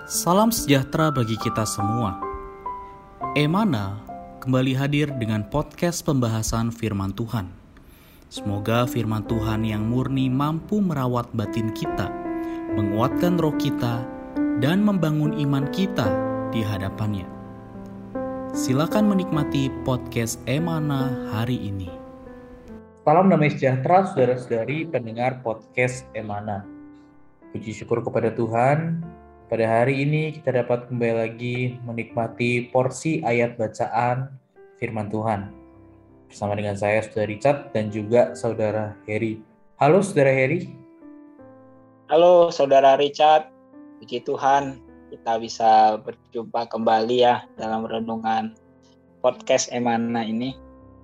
Salam sejahtera bagi kita semua. Emana kembali hadir dengan podcast pembahasan firman Tuhan. Semoga firman Tuhan yang murni mampu merawat batin kita, menguatkan roh kita, dan membangun iman kita di hadapannya. Silakan menikmati podcast Emana hari ini. Salam damai sejahtera saudara-saudari pendengar podcast Emana. Puji syukur kepada Tuhan. Pada hari ini kita dapat kembali lagi menikmati porsi ayat bacaan firman Tuhan. Bersama dengan saya, Saudara Richard, dan juga Saudara Heri. Halo Saudara Heri. Halo Saudara Richard. Puji Tuhan kita bisa berjumpa kembali ya dalam renungan podcast Emana ini.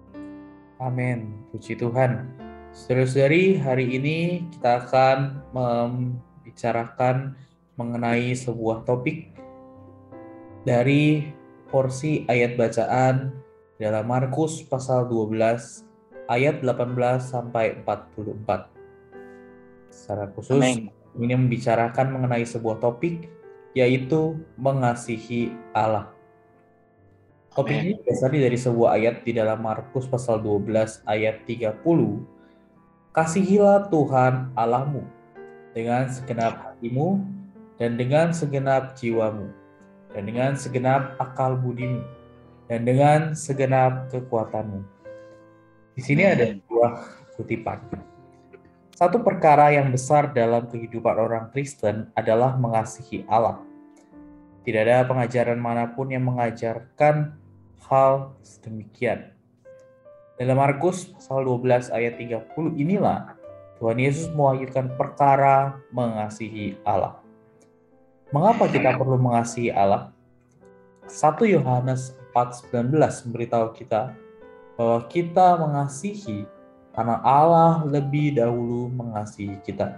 Amin. Puji Tuhan. Saudara-saudari, hari ini kita akan membicarakan mengenai sebuah topik dari porsi ayat bacaan dalam Markus pasal 12 ayat 18 sampai 44. Secara khusus ini membicarakan mengenai sebuah topik yaitu mengasihi Allah. Topik ini berasal dari sebuah ayat di dalam Markus pasal 12 ayat 30. Kasihilah Tuhan Allahmu dengan segenap hatimu dan dengan segenap jiwamu, dan dengan segenap akal budimu, dan dengan segenap kekuatanmu. Di sini ada dua kutipan. Satu perkara yang besar dalam kehidupan orang Kristen adalah mengasihi Allah. Tidak ada pengajaran manapun yang mengajarkan hal sedemikian. Dalam Markus pasal 12 ayat 30 inilah Tuhan Yesus mewahyukan perkara mengasihi Allah. Mengapa kita perlu mengasihi Allah? 1 Yohanes 4:19 memberitahu kita bahwa kita mengasihi karena Allah lebih dahulu mengasihi kita.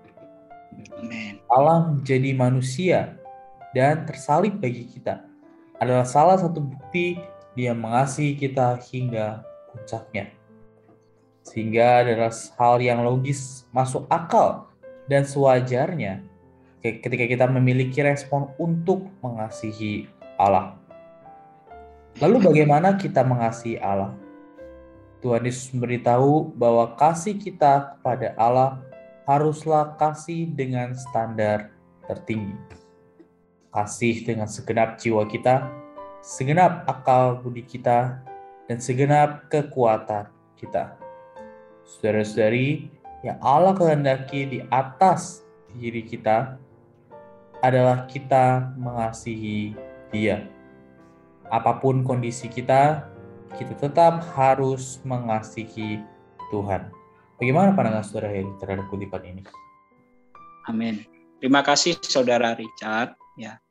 Allah menjadi manusia dan tersalib bagi kita adalah salah satu bukti Dia mengasihi kita hingga puncaknya. Sehingga adalah hal yang logis, masuk akal, dan sewajarnya ketika kita memiliki respon untuk mengasihi Allah. Lalu bagaimana kita mengasihi Allah? Tuhan Yesus memberitahu bahwa kasih kita kepada Allah haruslah kasih dengan standar tertinggi. Kasih dengan segenap jiwa kita, segenap akal budi kita, dan segenap kekuatan kita. Saudara-saudari, yang Allah kehendaki di atas diri kita adalah kita mengasihi Dia. Apapun kondisi kita tetap harus mengasihi Tuhan. Bagaimana pandangan saudara Heri terhadap kutipan ini? Amin. Terima kasih Saudara Richard. Ya.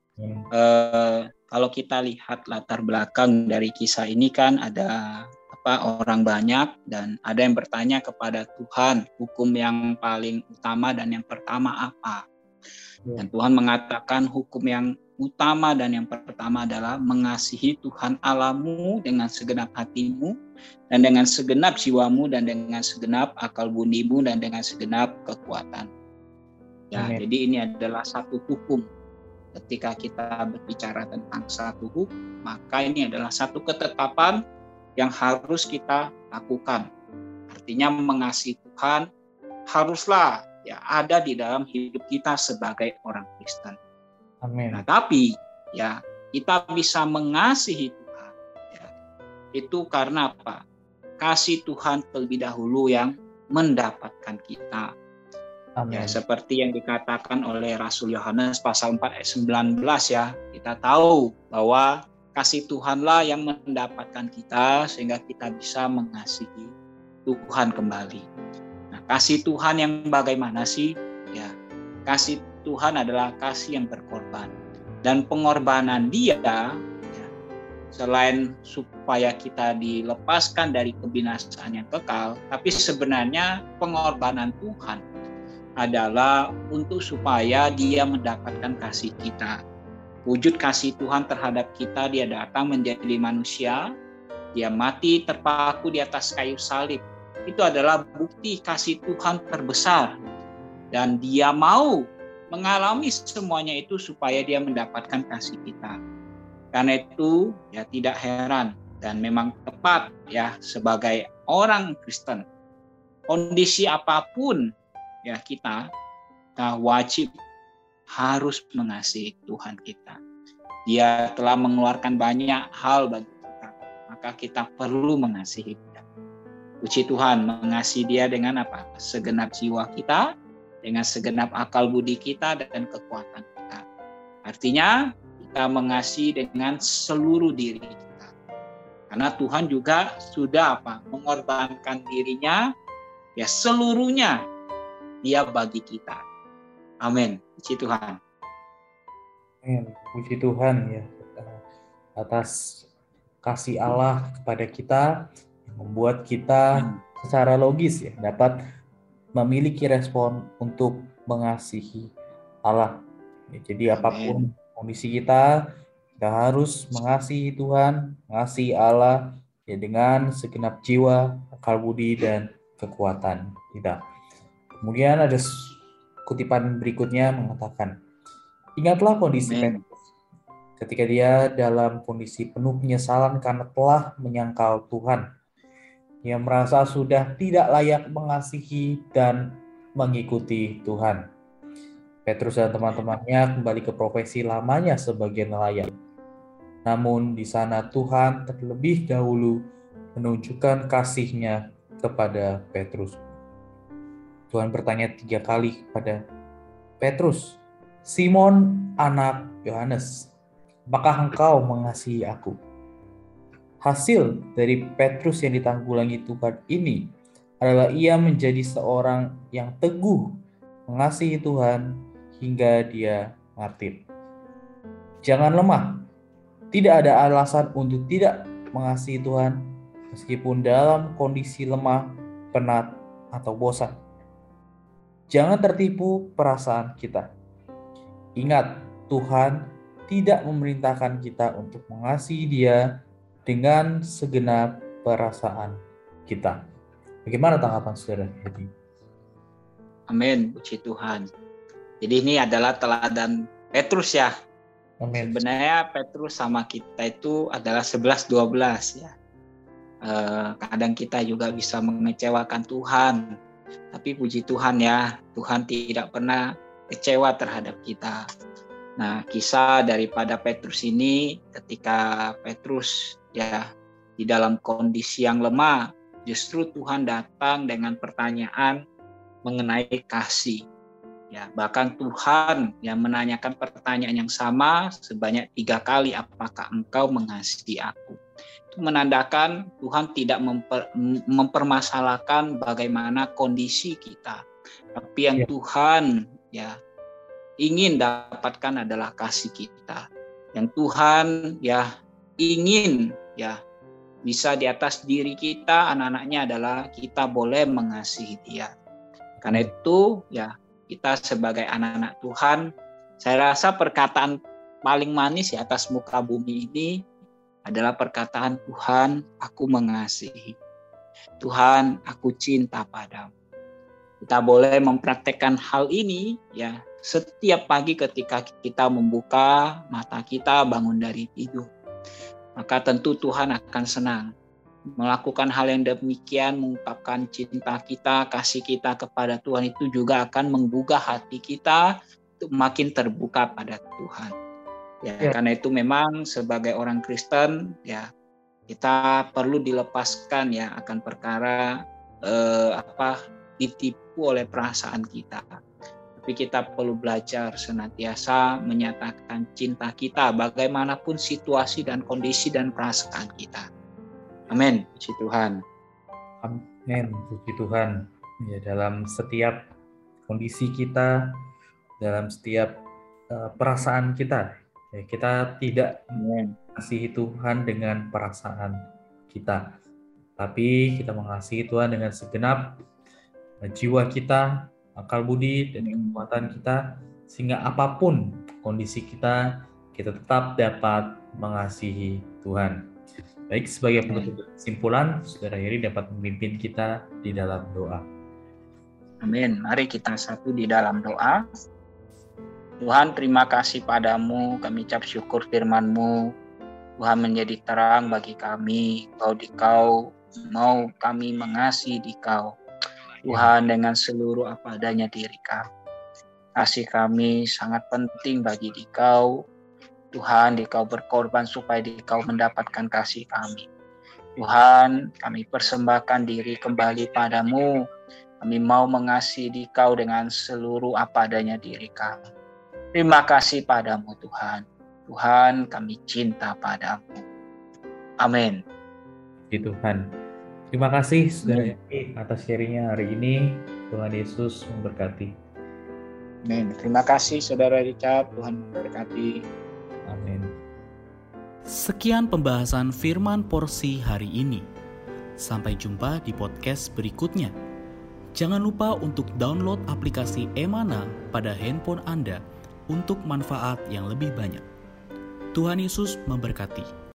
Kalau kita lihat latar belakang dari kisah ini kan ada orang banyak dan ada yang bertanya kepada Tuhan hukum yang paling utama dan yang pertama apa? Dan Tuhan mengatakan hukum yang utama dan yang pertama adalah mengasihi Tuhan Allahmu dengan segenap hatimu dan dengan segenap jiwamu dan dengan segenap akal budimu dan dengan segenap kekuatan. Ya, jadi ini adalah satu hukum. Ketika kita berbicara tentang satu hukum, maka ini adalah satu ketetapan yang harus kita lakukan. Artinya mengasihi Tuhan haruslah ada di dalam hidup kita sebagai orang Kristen. Amin. Nah, tapi kita bisa mengasihi Tuhan. Itu karena apa? Kasih Tuhan terlebih dahulu yang mendapatkan kita. Amin. Seperti yang dikatakan oleh Rasul Yohanes pasal 4 ayat 19 kita tahu bahwa kasih Tuhanlah yang mendapatkan kita sehingga kita bisa mengasihi Tuhan kembali. Kasih Tuhan yang bagaimana sih? Kasih Tuhan adalah kasih yang berkorban. Dan pengorbanan Dia, selain supaya kita dilepaskan dari kebinasaan yang kekal, tapi sebenarnya pengorbanan Tuhan adalah untuk supaya Dia mendapatkan kasih kita. Wujud kasih Tuhan terhadap kita, Dia datang menjadi manusia, Dia mati terpaku di atas kayu salib. Itu adalah bukti kasih Tuhan terbesar. Dan Dia mau mengalami semuanya itu supaya dia mendapatkan kasih kita. Karena itu ya tidak heran dan memang tepat ya sebagai orang Kristen. Kondisi apapun ya kita wajib harus mengasihi Tuhan kita. Dia telah mengeluarkan banyak hal bagi kita, maka kita perlu mengasihi dia. Puji Tuhan, mengasihi dia dengan apa? Segenap jiwa kita, dengan segenap akal budi kita dan kekuatan kita. Artinya kita mengasihi dengan seluruh diri kita. Karena Tuhan juga sudah mengorbankan dirinya ya seluruhnya dia bagi kita. Amin. Puji Tuhan. Amin. Puji Tuhan ya atas kasih Allah kepada kita yang membuat kita secara logis ya dapat memiliki respon untuk mengasihi Allah. Ya, jadi apapun kondisi kita harus mengasihi Tuhan, mengasihi Allah ya dengan segenap jiwa, akal budi dan kekuatan kita. Kemudian ada kutipan berikutnya mengatakan, ingatlah kondisi Petrus ketika dia dalam kondisi penuh penyesalan karena telah menyangkal Tuhan. Ia merasa sudah tidak layak mengasihi dan mengikuti Tuhan. Petrus dan teman-temannya kembali ke profesi lamanya sebagai nelayan. Namun di sana Tuhan terlebih dahulu menunjukkan kasih-Nya kepada Petrus. Tuhan bertanya 3 kali kepada Petrus, Simon anak Yohanes, apakah engkau mengasihi aku? Hasil dari Petrus yang ditanggulangi Tuhan ini adalah ia menjadi seorang yang teguh mengasihi Tuhan hingga dia martir. Jangan lemah. Tidak ada alasan untuk tidak mengasihi Tuhan meskipun dalam kondisi lemah, penat, atau bosan. Jangan tertipu perasaan kita. Ingat, Tuhan tidak memerintahkan kita untuk mengasihi Dia dengan segenap perasaan kita. Bagaimana tanggapan saudara? Amin, puji Tuhan. Jadi ini adalah teladan Petrus ya. Amin. Sebenarnya Petrus sama kita itu adalah 11-12 ya. Kadang kita juga bisa mengecewakan Tuhan. Tapi puji Tuhan ya, Tuhan tidak pernah kecewa terhadap kita. Nah, kisah daripada Petrus ini ketika Petrus ya di dalam kondisi yang lemah, justru Tuhan datang dengan pertanyaan mengenai kasih. Ya, bahkan Tuhan yang menanyakan pertanyaan yang sama sebanyak 3 kali, apakah engkau mengasihi aku? Itu menandakan Tuhan tidak mempermasalahkan bagaimana kondisi kita. Tapi yang Tuhan ya ingin dapatkan adalah kasih kita. Yang Tuhan ya ingin ya bisa di atas diri kita, anak-anaknya adalah kita boleh mengasihi Dia. Karena itu ya kita sebagai anak-anak Tuhan, saya rasa perkataan paling manis di atas muka bumi ini adalah perkataan Tuhan, aku mengasihi. Tuhan, aku cinta padamu. Kita boleh mempraktekkan hal ini ya setiap pagi ketika kita membuka mata kita bangun dari tidur. Maka tentu Tuhan akan senang melakukan hal yang demikian, mengungkapkan cinta kita, kasih kita kepada Tuhan itu juga akan menggugah hati kita untuk makin terbuka pada Tuhan. Ya, karena itu memang sebagai orang Kristen ya kita perlu dilepaskan ya akan perkara ditipu oleh perasaan kita. Tapi kita perlu belajar senantiasa menyatakan cinta kita bagaimanapun situasi dan kondisi dan perasaan kita. Amin, puji Tuhan. Amin, puji Tuhan. Ya, dalam setiap kondisi kita, dalam setiap perasaan kita, ya, kita tidak mengasihi Tuhan dengan perasaan kita, tapi kita mengasihi Tuhan dengan segenap jiwa kita, akal budi dan kekuatan kita, sehingga apapun kondisi kita tetap dapat mengasihi Tuhan. Baik, sebagai penutup kesimpulan, Saudara Heri dapat memimpin kita di dalam doa. Amin. Mari kita satu di dalam doa. Tuhan, terima kasih padamu, kami ucap syukur firman-Mu. Tuhan menjadi terang bagi kami, Kau mau kami mengasihi Dikau. Tuhan, dengan seluruh apa adanya diri kami. Kasih kami sangat penting bagi Dikau. Tuhan, Dikau berkorban supaya Dikau mendapatkan kasih kami. Tuhan, kami persembahkan diri kembali padamu. Kami mau mengasihi Dikau dengan seluruh apa adanya diri kami. Terima kasih padamu Tuhan. Tuhan, kami cinta padamu. Amin. Puji Tuhan. Terima kasih Saudara Eki atas sharingnya hari ini. Tuhan Yesus memberkati. Amin. Terima kasih Saudara Richard. Tuhan memberkati. Amin. Sekian pembahasan firman porsi hari ini. Sampai jumpa di podcast berikutnya. Jangan lupa untuk download aplikasi Emana pada handphone Anda untuk manfaat yang lebih banyak. Tuhan Yesus memberkati.